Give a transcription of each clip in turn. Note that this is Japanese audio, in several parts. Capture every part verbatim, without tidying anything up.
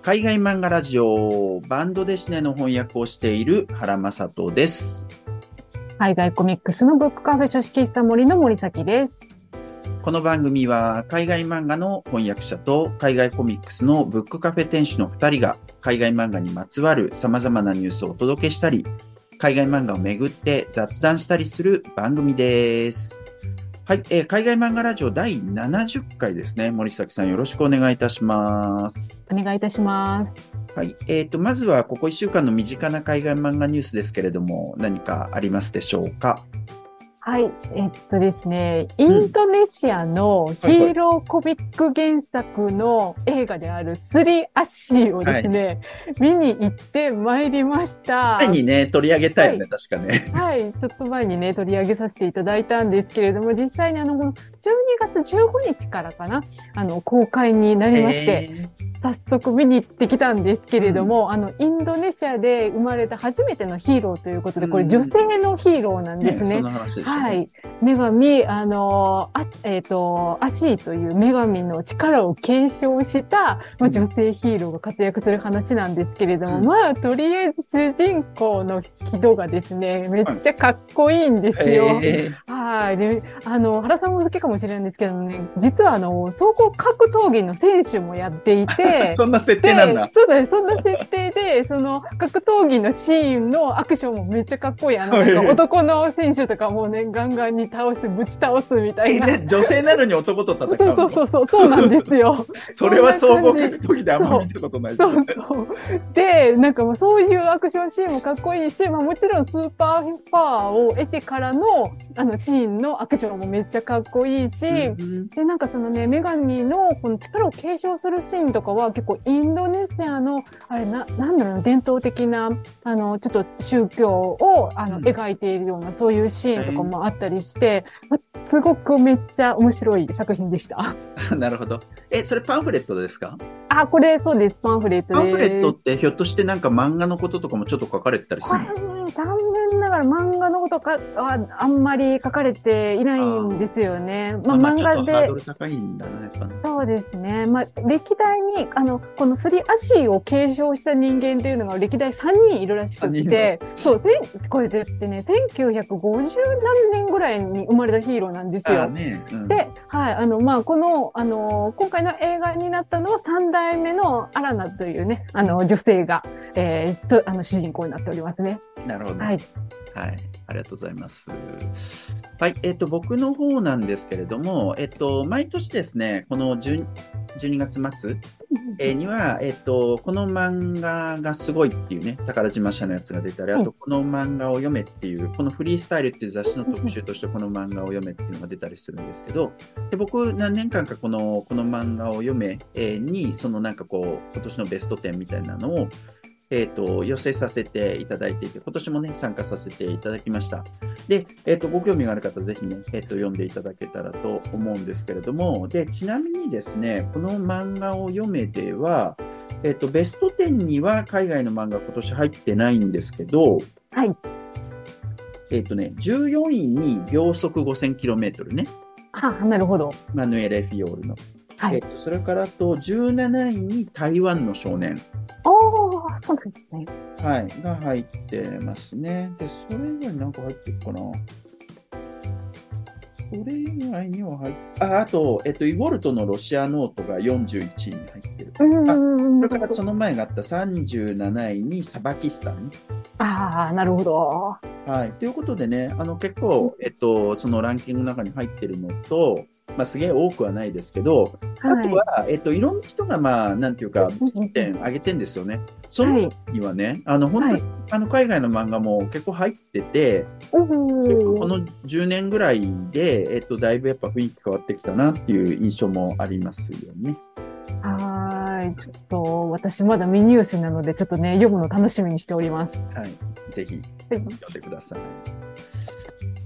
海外漫画ラジオバンドデシネの翻訳をしている原正人です。 海外コミックスのブックカフェ書式室森の森崎です。 この番組は海外漫画の翻訳者と海外コミックスのブックカフェ店主のふたりが海外漫画にまつわる様々なニュースをお届けしたり、海外漫画をめぐって雑談したりする番組です。はい、えー、海外漫画ラジオだいななじゅっかいですね。森崎さんよろしくお願いいたします。 お願いいたします。 はい、えーと、まずはここいっしゅうかんの身近な海外漫画ニュースですけれども、何かありますでしょうか？ はい、えっとですね、インドネシアのヒーローコミック原作の映画であるスリーアッシーをですね、はい、見に行ってまいりました。 前にね、取り上げたいよね、 はい、 確かね。 はい、ちょっと前にね、取り上げさせていただいたんですけれども、実際にあの、じゅうにがつじゅうごにちからかな、あの、公開になりまして、えー早速見に行ってきたんですけれども、うん、あの、インドネシアで生まれた初めてのヒーローということで、これ女性のヒーローなんですね。 ね、そんな話でしたね。 はい。女神、あの、あ、えっと、アシーという女神の力を継承した、まあ、女性ヒーローが活躍する話なんですけれども、うん、まあ、とりあえず主人公の人がですね、めっちゃかっこいいんですよ。はい。で、あの、原さんも好きかもしれないんですけどね、実はあの、総合格闘技の選手もやっていて、 そんな設定なんだ。 そうだね、そんな設定で、その格闘技のシーンのアクションもめっちゃかっこいい。あの、なんか男の選手とかもね、ガンガンに倒す、ぶち倒すみたいな。 え、女性なのに男と戦うの？ そうそうそう、そうなんですよ。 それは総合格闘技であんま見たことない。 そうそう。で、なんかもうそういうアクションシーンもかっこいいし、まあもちろんスーパーパワーを得てからの、あのシーンのアクションもめっちゃかっこいいし、うん、で、なんかそのね、女神のこの力を継承するシーンとかは結構インドネシアの、あれな、なんだろう、伝統的な、あの、ちょっと宗教を、あの、うん、描いているような、そういうシーンとかもあったりして、はい、すごくめっちゃ面白い作品でした。 なるほど。え、それパンフレットですか？ あ、これそうです。パンフレットです。 パンフレットってひょっとしてなんか漫画のこととかもちょっと書かれてたりするの？ これね、残念ながら漫画のことかはあんまり書かれていないんですよね。 まあ、まあ、漫画で。ハードル高いんだな、やっぱね。 そうですね。まあ、歴代に、あの、このスリーアシーを継承した人間というのが歴代さんにんいるらしくて、そう、これでってね、せんきゅうひゃくごじゅうなんねんぐらいに生まれたヒーローなんですよ。 ねうん、 で、はい、あの、まあ、この、あの、今回の映画になったのはさんだいめのアラナというね、あの、女性が、えー、と、あの、主人公になっておりますね。 なるほど。 はい。 はい。ありがとうございます。はい。えっと、僕の方なんですけれども、えっと、毎年ですね、このじゅうにがつまつには、えっと、この漫画がすごいっていうね、宝島社のやつが出たり、あと、この漫画を読めっていう、このフリースタイルっていう雑誌の特集としてこの漫画を読めっていうのが出たりするんですけど、で僕、何年間かこの、この漫画を読めに、そのなんかこう、今年のベストじゅうみたいなのを、えっと、寄せさせていただいていて、今年もね、参加させていただきました。で、えっと、ご興味がある方、ぜひね、えっと、読んでいただけたらと思うんですけれども、で、ちなみにですね、この漫画を読めでは、えっと、ベストじゅうには海外の漫画今年入ってないんですけど、 はい。 えっとね、じゅうよんいに秒速 ごせんキロメートル ね。 あ、なるほど。 マヌエレ・フィオールの。 はい。 えっと、それからあとじゅうなないに台湾の少年。 おー、そうなんですね。 はい。が入ってますね。で、それ以外に何か入ってるかな。それ以外には入って、あ、あと、えっと、イボルトのロシアノートがよんじゅういちいに入ってる。 うんあ、それからその前があったさんじゅうなないにサバキスタン。 ああ、なるほど。 はい。ということでね、あの、結構、えっと、そのランキングの中に入ってるのと、まあ、すげえ多くはないですけど、はい、あとは、えっと、いろんな人が、まあ、なんていうか、点上げてんですよね。その時にはね、はい、あの、本当に、はい、あの、海外の漫画も結構入ってて、結構このじゅうねんぐらいで、えっと、だいぶやっぱ雰囲気変わってきたなっていう印象もありますよね。 はい。ちょっと、私まだ未入手なので、ちょっとね、読むの楽しみにしております。 はい。ぜひ、読んでください。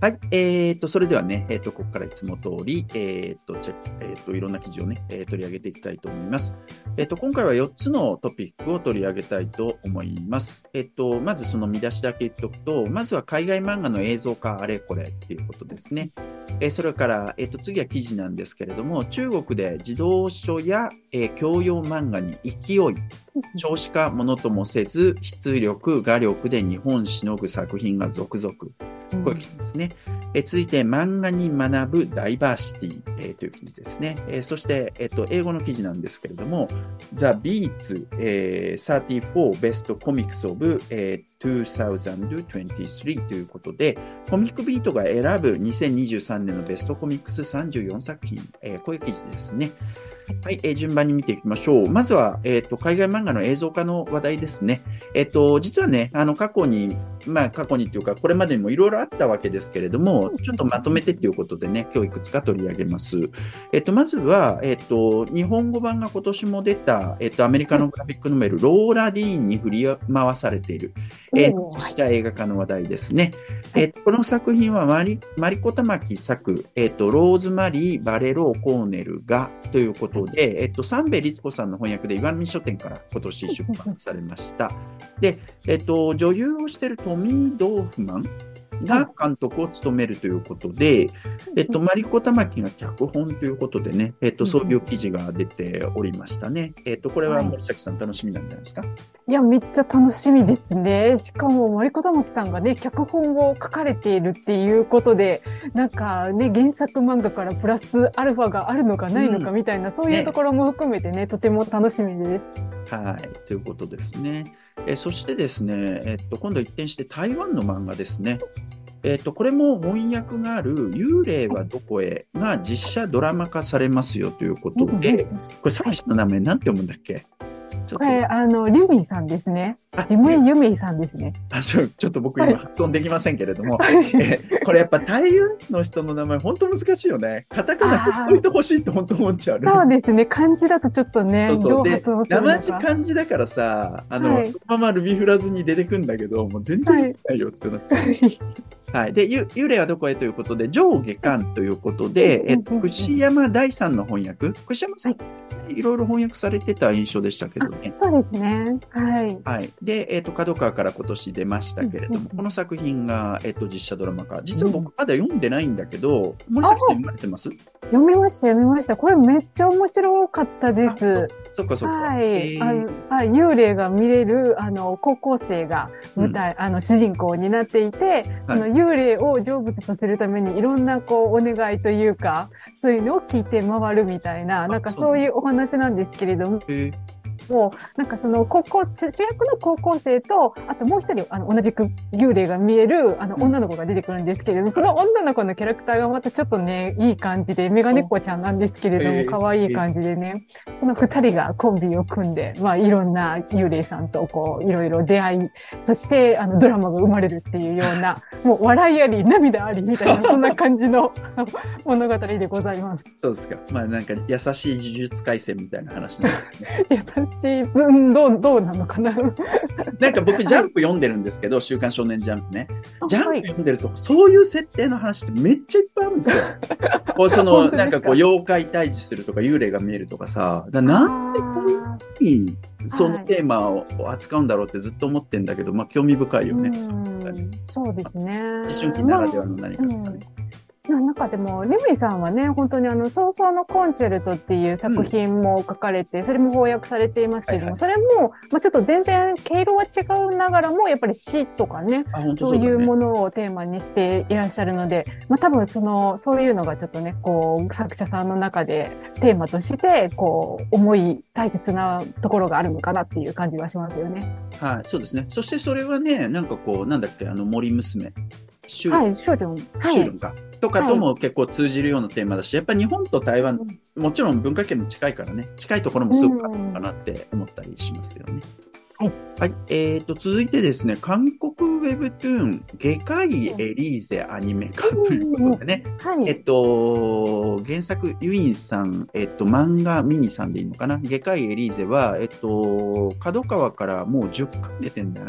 はい。えーと、それではね、えーと、ここからいつも通り、えーと、チェック、えーと、いろんな記事をね、えー取り上げていきたいと思います。えーと、今回はよっつのトピックを取り上げたいと思います。えーと、まずその見出しだけ言っておくと、まずは海外漫画の映像化あれこれっていうことですね。えー、それから、えーと、次は記事なんですけれども、中国で児童書や、えー、教養漫画に勢い、少子化ものともせず、出力、画力で日本しのぐ作品が続々。こういう記事ですね。え続いて、漫画に学ぶダイバーシティ、えー、という記事ですね。えー、そして、えっと、英語の記事なんですけれども、The Beats、えー、さんじゅうよん Best Comics of、えー、にせんにじゅうさんということで、コミックビートが選ぶにせんにじゅうさんねんのベストコミックスさんじゅうよんさく品、えー、こういう記事ですね。はい、えー、順番に見ていきましょう。まずは、えっと、海外漫画の映像化の話題ですね。えっと、実はね、あの、過去に、まあ、過去にというか、これまでにもいろいろあったわけですけれども、ちょっとまとめてということでね、今日いくつか取り上げます。えっと、まずは、えっと、日本語版が今年も出た、えっと、アメリカのグラフィックノベル、ローラ・ディーンに振り回されている、えー、とした映画化の話題ですね。えっと、この作品はマリ、マリコ玉木作、えっと、ローズマリー・バレロー・コーネルが、ということで、えっと、三瓶律子さんの翻訳で岩波書店から今年出版されました。で、えっと、女優をしているトミー・ドーフマンが監督を務めるということで、えっと、マリコ玉木が脚本ということでね、えっと、そういう記事が出ておりましたね。えっと、これは森崎さん楽しみなんじゃないですか？ いや、めっちゃ楽しみですね。しかも、マリコ玉木さんがね、脚本を書かれているっていうことで、なんかね、原作漫画からプラスアルファがあるのかないのかみたいな、うん、そういうところも含めてね、とても楽しみです。 はい、ということですね。えそしてですね、えっと、今度一転して台湾の漫画ですね。えっと、これも翻訳がある幽霊はどこへが実写ドラマ化されますよということで、これ作者の名前なんて読むんだっけ？ ちょっとこれ、あの、リュミンさんですね。リムイユミイさんですね。 あ、ちょ、ちょっと僕今発音できませんけれども、はい、えこれやっぱ台湾の人の名前本当難しいよね。カタカナ振っといてほしいって本当思っちゃうね。 そうですね。漢字だとちょっとね、 そうそうどう発音するのか。 生字漢字だからさ、あの、はい、そのままルビフラズに出てくんだけど、もう全然ないよってなっちゃう。はいはい。で、幽霊はどこへということで、上下巻ということで、えっと、串山大さんの翻訳。串山さん、はい、いろいろ翻訳されてた印象でしたけどね。 そうですね。はい。 はい。で、えっと、角川から今年出ましたけれども、この作品が、えっと、実写ドラマ化。実は僕まだ読んでないんだけど、森崎さん読まれてます？ 読みました、読みました。これめっちゃ面白かったです。 そっかそっか。 はい。あの、はい。幽霊が見れる、あの、高校生が舞台、うん、あの、主人公になっていて、はい、その幽霊を成仏させるためにいろんな、こう、お願いというか、そういうのを聞いて回るみたいな、なんかそういうお話なんですけれども、もう、なんかその高校、主役の高校生と、あともう一人、あの、同じく幽霊が見える、あの、女の子が出てくるんですけれども、その女の子のキャラクターがまたちょっとね、いい感じで、メガネっ子ちゃんなんですけれども、可愛い感じでね、その二人がコンビを組んで、まあ、いろんな幽霊さんと、こう、いろいろ出会い、そして、あの、ドラマが生まれるっていうような、もう、笑いあり、涙あり、みたいな、そんな感じの物語でございます。 そうですか。まあ、なんか、優しい呪術廻戦みたいな話なんですね。 うん、どう、どうなのかな。 なんか僕、ジャンプ読んでるんですけど、週刊少年ジャンプね。ジャンプ読んでると、そういう設定の話ってめっちゃいっぱいあるんですよ。こう、その、なんかこう、妖怪退治するとか、幽霊が見えるとかさ、だなんでこういうふうに、そのテーマを扱うんだろうってずっと思ってんだけど、まあ、興味深いよね。 そうですね。 思春期ならではの何かですかね。 なんかでも、リムイさんはね、本当にあの、早々のコンチェルトっていう作品も書かれて、うん、それも翻訳されていますけれども、はいはい、それも、まあ、ちょっと全然毛色は違うながらも、やっぱり詩とかね、そ, そういうものをテーマにしていらっしゃるので、まあ、多分その、そういうのがちょっとね、こう、作者さんの中でテーマとして、こう、重い、大切なところがあるのかなっていう感じはしますよね。 はい、そうですね。そしてそれはね、なんかこう、なんだっけ、あの、森娘。 シュールン。はい、シュールン。 シュールンか。とかとも結構通じるようなテーマだし、やっぱり日本と台湾、うん、もちろん文化圏も近いからね、近いところもすごくあるのかなって思ったりしますよね。 はい。 はい。えっと、続いてですね、韓国ウェブトゥーン、外科医エリーゼアニメ化ということでね、 はい、 えっと、原作、ユインさん、えっと、漫画ミニさんでいいのかな、外科医エリーゼは、えっと、角川からもうじゅっかい出てんだよね。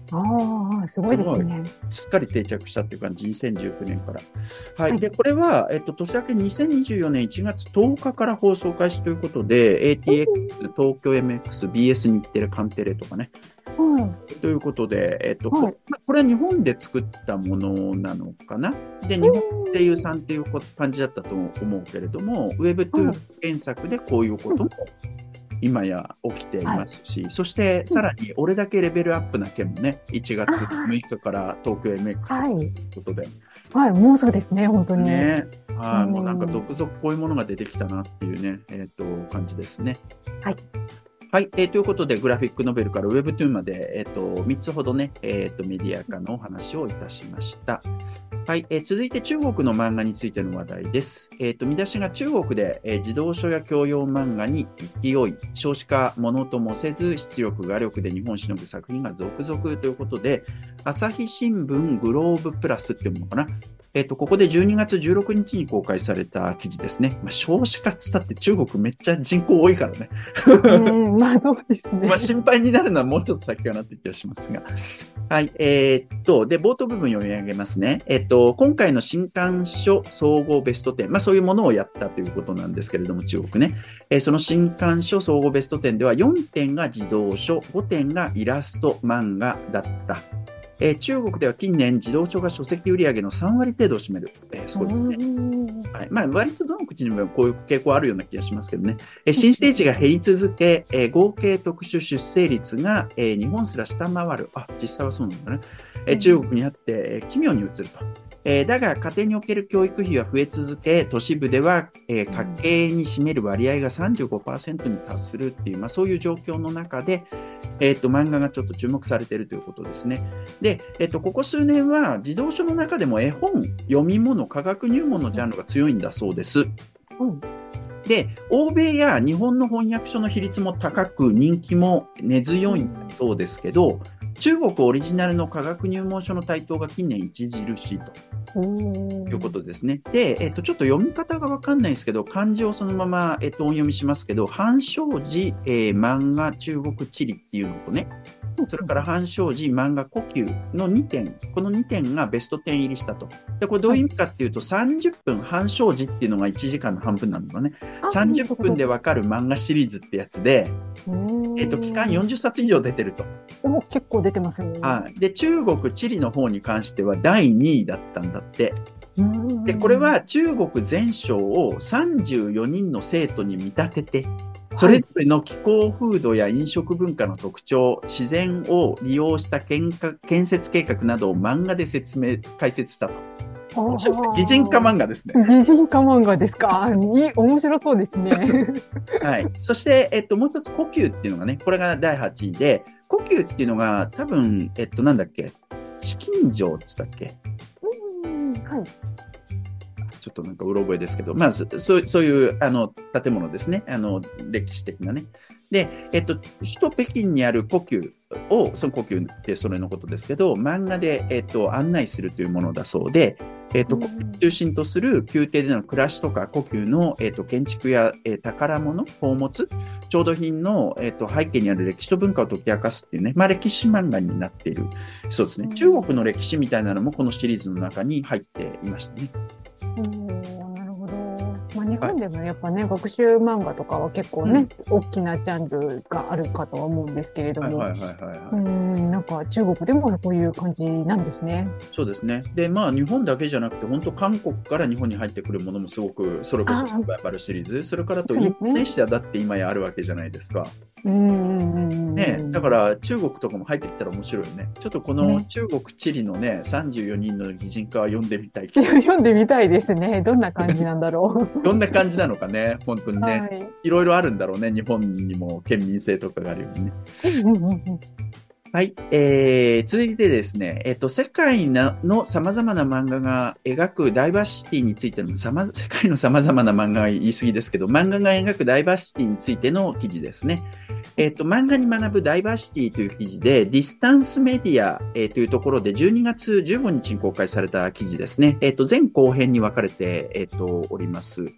ああ、すごいですね。 すっかり定着したっていう感じ、にせんじゅうきゅうねんから。はい。 はい、 で、これは、えっと、年明けにせんにじゅうよねんいちがつとおかから放送開始ということで、エーティーエックス、東京 エムエックス、ビーエス 日テレ、カンテレとかね。 はい、 ということで、えっと、 はい、 ここれは日本で作ったものなのかな。で、日本声優さんっていう感じだったと思うけれども、ウェブトゥー検索でこういうことも今や起きていますし、はい、そしてさらに俺だけレベルアップな件もね、いちがつむいかから東京 エムエックス ということで。 はい、はい、もうそうですね、本当に。 ね。はい、もうなんか続々こういうものが出てきたなっていうね、えっと、感じですね。 はい。 はい、えー。ということで、グラフィックノベルから ウェブトゥーン まで、えっと、みっつほどね、えっと、メディア化のお話をいたしました。はい、えー、続いて中国の漫画についての話題です。えっと、見出しが中国で、えー、児童書や教養漫画に勢い、少子化ものともせず、出力、画力で日本しのぐ作品が続々ということで、朝日新聞グローブプラスっていうものかな。えっと、ここでじゅうにがつじゅうろくにちに公開された記事ですね。まあ、少子化って言ったって中国めっちゃ人口多いからね。 うん、まあそうですね。 まあ心配になるのはもうちょっと先かなって気がしますが。はい。えー、っと、で、冒頭部分読み上げますね。えっと、今回の新刊書総合ベストじゅう、まあそういうものをやったということなんですけれども、中国ね。えー、その新刊書総合ベストじゅうではよんてんが児童書、ごてんがイラスト漫画だった。えー、中国では近年児童書が書籍売上のさんわり程度を占める。えー、そうですね。はい。まあ、割とどの口にもこういう傾向あるような気がしますけどね。えー、新ステージが減り続け、えー、合計特殊出生率が、えー、日本すら下回る。あ、実際はそうなんだね。えー、中国にあって、えー、奇妙に移ると。えー、だが、家庭における教育費は増え続け、都市部では、えー、家計に占める割合が さんじゅうごパーセント に達するっていう、まあそういう状況の中で、えっと、漫画がちょっと注目されているということですね。で、えっと、ここ数年は児童書の中でも絵本、読み物、科学入門のジャンルが強いんだそうです。うん、で、欧米や日本の翻訳書の比率も高く、人気も根強いんだそうですけど、中国オリジナルの科学入門書の台頭が近年著しいということですね。で、えっと、ちょっと読み方がわかんないんですけど、漢字をそのまま、えっと、音読みしますけど、漢章字、えー、漫画中国地理っていうのとね、それから漢章字漫画呼吸のにてん、このにてんがベストじゅう入りしたと。で、これどういう意味かっていうと、さんじゅっぷん、漢章字っていうのがいちじかんの半分なんだね。さんじゅっぷんでわかる漫画シリーズってやつで、えっと、期間よんじゅっさつ以上出てると。 お、結構出てますね。 はい。で、中国地理の方に関してはだいにいだったんだって。で、これは中国全省をさんじゅうよにんの生徒に見立てて、それぞれの気候風土や飲食文化の特徴、自然を利用した建設計画などを漫画で説明、解説したと。擬人化漫画ですね。 擬人化漫画ですか。に面白そうですね。 はい。そして、えっと、もう一つ、呼吸っていうのがね、これがだいはちいで、呼吸っていうのが多分、えっと、なんだっけ、紫禁城って言ったっけ。 うん、はい。 ちょっとなんかうろ覚えですけど、まず、そう、そういう、あの、建物ですね。あの、歴史的なね。で、えっと、首都北京にある故宮を、その故宮ってそれのことですけど、漫画で、えっと、案内するというものだそうで、えっと、故宮中心とする宮廷での暮らしとか故宮の、えっと、建築や、えー、宝物、宝物、調度品の、えっと、背景にある歴史と文化を解き明かすっていうね、まあ、歴史漫画になっている。そうですね。中国の歴史みたいなのもこのシリーズの中に入っていましたね。 おー、なるほど。まあ、日本でもやっぱね、はい、学習漫画とかは結構ね、うん、大きなジャンルがあるかとは思うんですけれども、はいはいはいはい、うん、なんか中国でもこういう感じなんですね。 そうですね。で、まあ日本だけじゃなくて、本当韓国から日本に入ってくるものもすごく、それこそサバイバルシリーズ、それからとインドネシアだって今やあるわけじゃないですか。 うんね、だから中国とかも入ってきたら面白いよね。ちょっとこの中国地理のね、さんじゅうよにんの擬人化は読んでみたい。 読んでみたいですね。どんな感じなんだろう。どんな感じなのかね、本当にね、はい、いろいろあるんだろうね。日本にも県民性とかがあるよね。はい、えー、続いてですね、えっと、世界の様々な漫画が描くダイバーシティについての、さま、世界の様々な漫画は言い過ぎですけど、漫画が描くダイバーシティについての記事ですね。えっと、漫画に学ぶダイバーシティという記事で、ディスタンスメディア、えー、というところでじゅうにがつじゅうごにちに公開された記事ですね。えっと、前後編に分かれて、えっと、おります。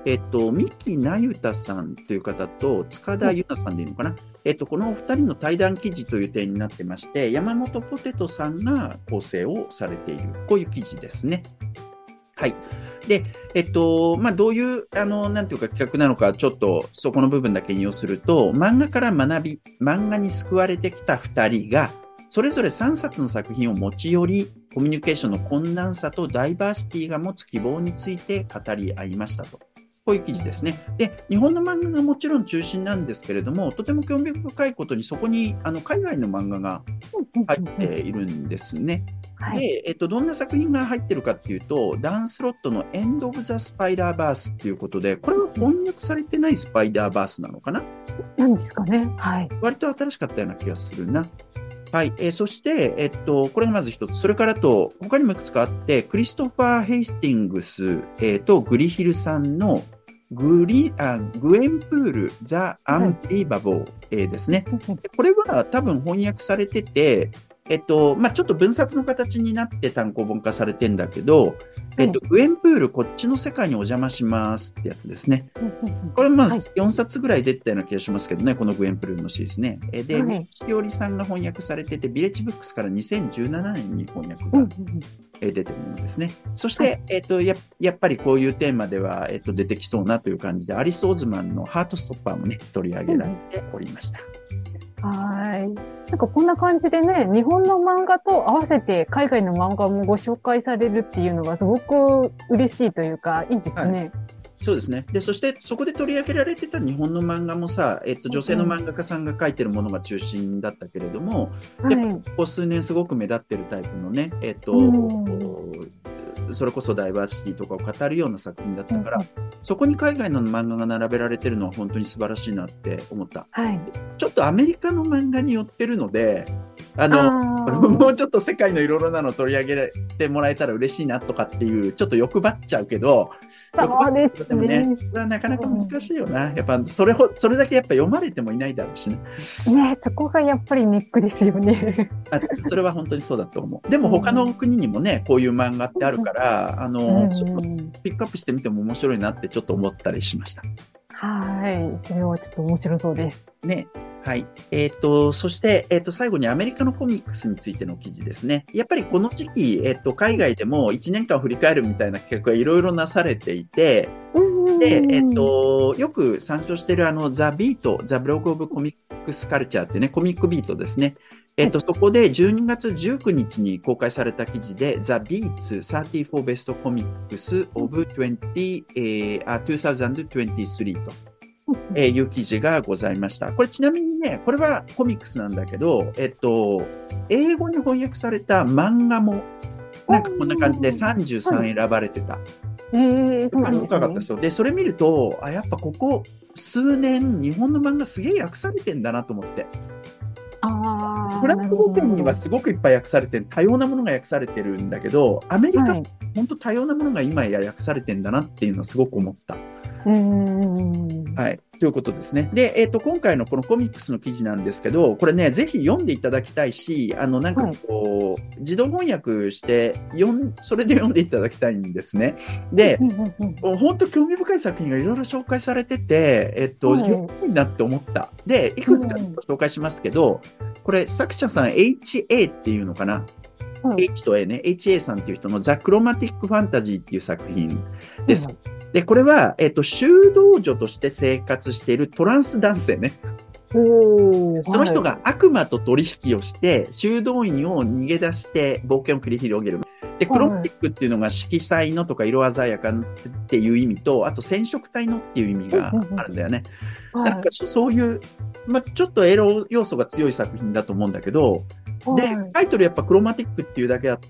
えっと、三木那由他さんという方と塚田由奈さんでいいのかな、えっと、このお二人の対談記事という点になってまして、山本ポテトさんが構成をされている、こういう記事ですね。はい。で、えっと、まあ、どういう、あの、なんていうか企画なのか、ちょっとそこの部分だけ引用すると、漫画から学び、漫画に救われてきた二人が、それぞれさんさつの作品を持ち寄り、コミュニケーションの困難さとダイバーシティが持つ希望について語り合いましたと。こういう記事ですね。で、日本の漫画がもちろん中心なんですけれども、とても興味深いことにそこにあの海外の漫画が入っているんですね。 はい、 で、えっと、どんな作品が入ってるかっていうと、ダンスロットのエンド・オブ・ザ・スパイダーバースっていうことで、これは翻訳されてないスパイダーバースなのかな？ なんですかね。はい。 割と新しかったような気がするな。はい。えー、そして、えっと、これがまず一つ。それからと、他にもいくつかあって、クリストファー・ヘイスティングス、えー、とグリヒルさんのグリあグエンプール・ザ・アンビリバボー、えー、ですね。これは多分翻訳されてて、えっと、まあ、ちょっと分冊の形になって単行本化されてんだけど、えっと、グエンプール、こっちの世界にお邪魔しますってやつですね。これまあよんさつぐらい出てたような気がしますけどね、このグエンプールのシリーズね。で、三木しおりさんが翻訳されてて、ビレッジブックスからにせんじゅうななねんに翻訳が出てるものですね。そして、えっと、や、やっぱりこういうテーマでは、えっと、出てきそうなという感じで、アリス・オズマンのハートストッパーもね、取り上げられておりました。 はい。なんかこんな感じでね、日本の漫画と合わせて海外の漫画もご紹介されるっていうのがすごく嬉しいというか、いいですね。はい、 そうですね。で、そしてそこで取り上げられてた日本の漫画もさ、えっと、女性の漫画家さんが描いてるものが中心だったけれども、うん、やっぱここ数年すごく目立ってるタイプのね、えっと、うんそれこそダイバーシティとかを語るような作品だったから、うん、そこに海外の漫画が並べられてるのは本当に素晴らしいなって思った。はい、ちょっとアメリカの漫画に寄ってるので、あの、あもうちょっと世界のいろいろなのを取り上げてもらえたら嬉しいなとかっていう、ちょっと欲張っちゃうけど、 そうですね。 でもね、それはなかなか難しいよな。やっぱそれほ、それだけやっぱ読まれてもいないだろうしね。 ね、そこがやっぱりネックですよね。 あ、それは本当にそうだと思う。でも他の国にもね、こういう漫画ってあるから、あの、そこピックアップしてみても面白いなってちょっと思ったりしました。 はい。それはちょっと面白そうです。 ね。はい。えっと、そして、えっと、最後にアメリカのコミックスについての記事ですね。やっぱりこの時期、えっと、海外でもいちねんかんを振り返るみたいな企画がいろいろなされていて、で、えっと、よく参照しているあの、ザ・ビート、ザ・ブログ・オブ・コミックス・カルチャーってね、コミックビートですね。えっと、そこでじゅうにがつじゅうくにちに公開された記事で、The Beats さんじゅうよん Best Comics of にじゅう、えー、にせんにじゅうさんと、えー、いう記事がございました。これちなみにね、これはコミックスなんだけど、えっと、英語に翻訳された漫画も、なんかこんな感じでさんじゅうさん選ばれてた。 えー、そうなんですね。 深かったですよ。で、それ見ると、あ、やっぱここ数年、日本の漫画すげえ訳されてんだなと思って。 あフランス語圏にはすごくいっぱい訳されてる、多様なものが訳されてるんだけど、アメリカ、はい、本当多様なものが今や訳されてんだなっていうのはすごく思った。 うーんはい。ということですね。で、えっと、今回のこのコミックスの記事なんですけど、これね、ぜひ読んでいただきたいし、あの、なんかこう、はい、自動翻訳して、読ん、それで読んでいただきたいんですね。で、本当興味深い作品がいろいろ紹介されてて、えっと、読みたいなって思った。で、いくつか紹介しますけど、これ、作者さん エイチエー っていうのかな、うん、H と A ね、エイチエー さんっていう人のザ・クロマティック・ファンタジーっていう作品です。うん、で、これは、えっと、修道女として生活しているトランス男性ね。 おその人が悪魔と取引をして、修道院を逃げ出して冒険を繰り広げる。で、クロマティックっていうのが色彩のとか色鮮やかっていう意味と、あと染色体のっていう意味があるんだよね。なんかそういう、まあ、ちょっとエロ要素が強い作品だと思うんだけど、で、タイトルやっぱクロマティックっていうだけあって、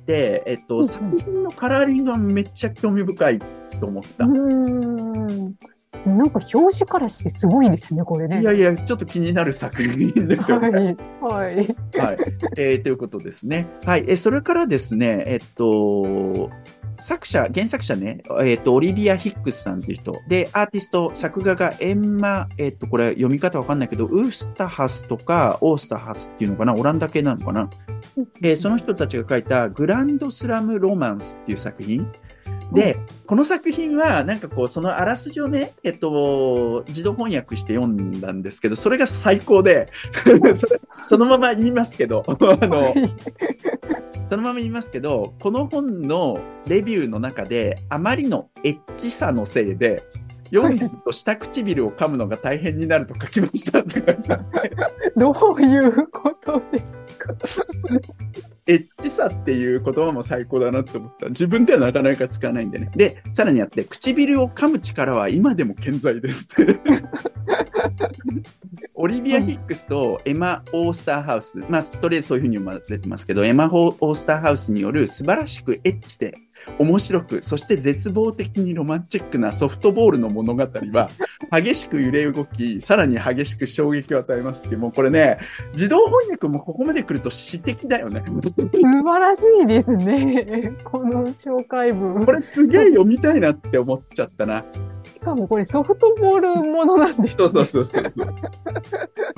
えっと、作品のカラーリングがめっちゃ興味深いと思った。 うーん。なんか表紙からしてすごいですね、これね。 いやいや、ちょっと気になる作品ですよね。 はい。はい。 はい。えー、ということですね。はい。え、それからですね、えっと、作者、原作者ね、えっと、オリビア・ヒックスさんっていう人。で、アーティスト、作画がエンマ、えっと、これ読み方わかんないけど、ウースタハスとか、オースタハスっていうのかな、オランダ系なのかな。えー、その人たちが書いたグランドスラム・ロマンスっていう作品。 で、この作品は、なんかこう、そのあらすじをね、えっと、自動翻訳して読んだんですけど、それが最高で、それそのまま言いますけど、あの、そのまま言いますけど、この本のレビューの中で、あまりのエッチさのせいで、読んでると下唇を噛むのが大変になると書きましたって書いてあって。 どういうことですか？ エッチさっていう言葉も最高だなって思った。自分ではなかなか使わないんでね。で、さらにあって、唇を噛む力は今でも健在ですって。オリビア・ヒックスとエマ・オースターハウス、まあ、とりあえずそういうふうに言われてますけど、エマ・オースターハウスによる素晴らしくエッチで面白く、そして絶望的にロマンチックなソフトボールの物語は、激しく揺れ動き、さらに激しく衝撃を与えますって、もうこれね、自動翻訳もここまで来ると詩的だよね。 素晴らしいですね。この紹介文。 これすげえ読みたいなって思っちゃったな。 しかもこれソフトボールものなんです、ね。 そうそうそうそう。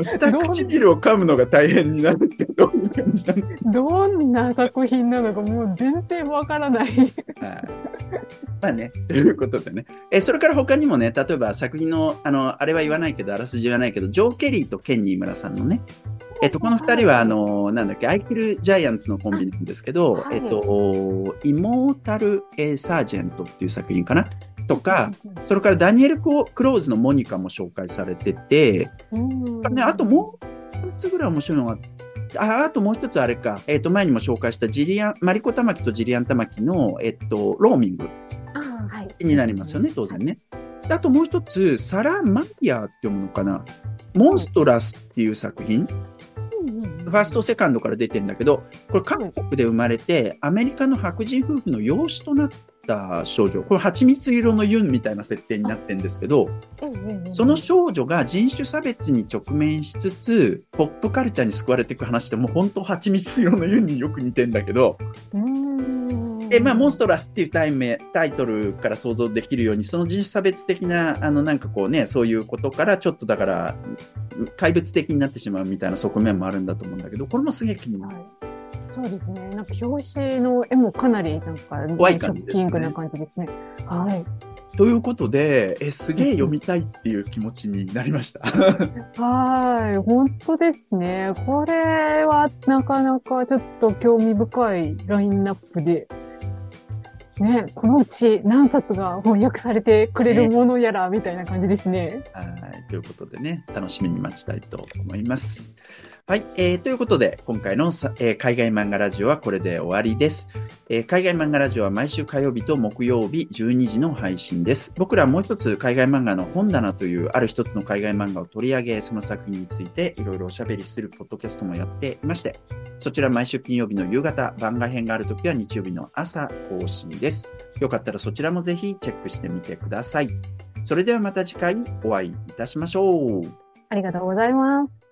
下唇を噛むのが大変になるってどういう感じなの？ どんな作品なのかもう全然わからない。 まあね、ということでね。え、それから他にもね、例えば作品の、あの、あれは言わないけど、あらすじはないけど、ジョー・ケリーとケンニー村さんのね、えっと、この二人は、あの、なんだっけ、アイキル・ジャイアンツのコンビなんですけど、はい、えっと、イモータル・サージェントっていう作品かなとか、それからダニエル・クローズのモニカも紹介されてて、ね、あともう一つぐらい面白いのがあ、あともう一つあれか、えっと、前にも紹介したジリアン、マリコ玉木とジリアン玉木の、えっと、ローミングになりますよね、当然ね。あともう一つ、サラ・マイヤーって読むのかな、モンストラスっていう作品。ファースト、セカンドから出てるんだけど、これ韓国で生まれて、アメリカの白人夫婦の養子となった少女。これ、蜂蜜色のユンみたいな設定になってるんですけど、その少女が人種差別に直面しつつ、ポップカルチャーに救われていく話って、もう本当蜂蜜色のユンによく似てるんだけど、で、まあ、モンストラスっていうタイ名タイトルから想像できるように、その人種差別的な、あの、なんかこうね、そういうことから、ちょっとだから、怪物的になってしまうみたいな側面もあるんだと思うんだけど、これもすげえ気になる。 はい、そうですね。なんか表紙の絵もかなりなんか、 怖い感じですね。 ショッキングな感じですね。はい。 ということで、え、すげえ読みたいっていう気持ちになりました。 はい、本当ですね。これはなかなかちょっと興味深いラインナップで、ね、このうち何冊が翻訳されてくれるものやらみたいな感じですね。 はい、ということでね、楽しみに待ちたいと思います。はい、えー、ということで今回のさ、えー、海外漫画ラジオはこれで終わりです、えー。海外漫画ラジオは毎週火曜日と木曜日じゅうにじの配信です。僕らはもう一つ海外漫画の本棚というある一つの海外漫画を取り上げ、その作品についていろいろおしゃべりするポッドキャストもやっていまして、そちら毎週金曜日の夕方、番外編があるときは日曜日の朝更新です。よかったらそちらもぜひチェックしてみてください。それではまた次回お会いいたしましょう。 ありがとうございます。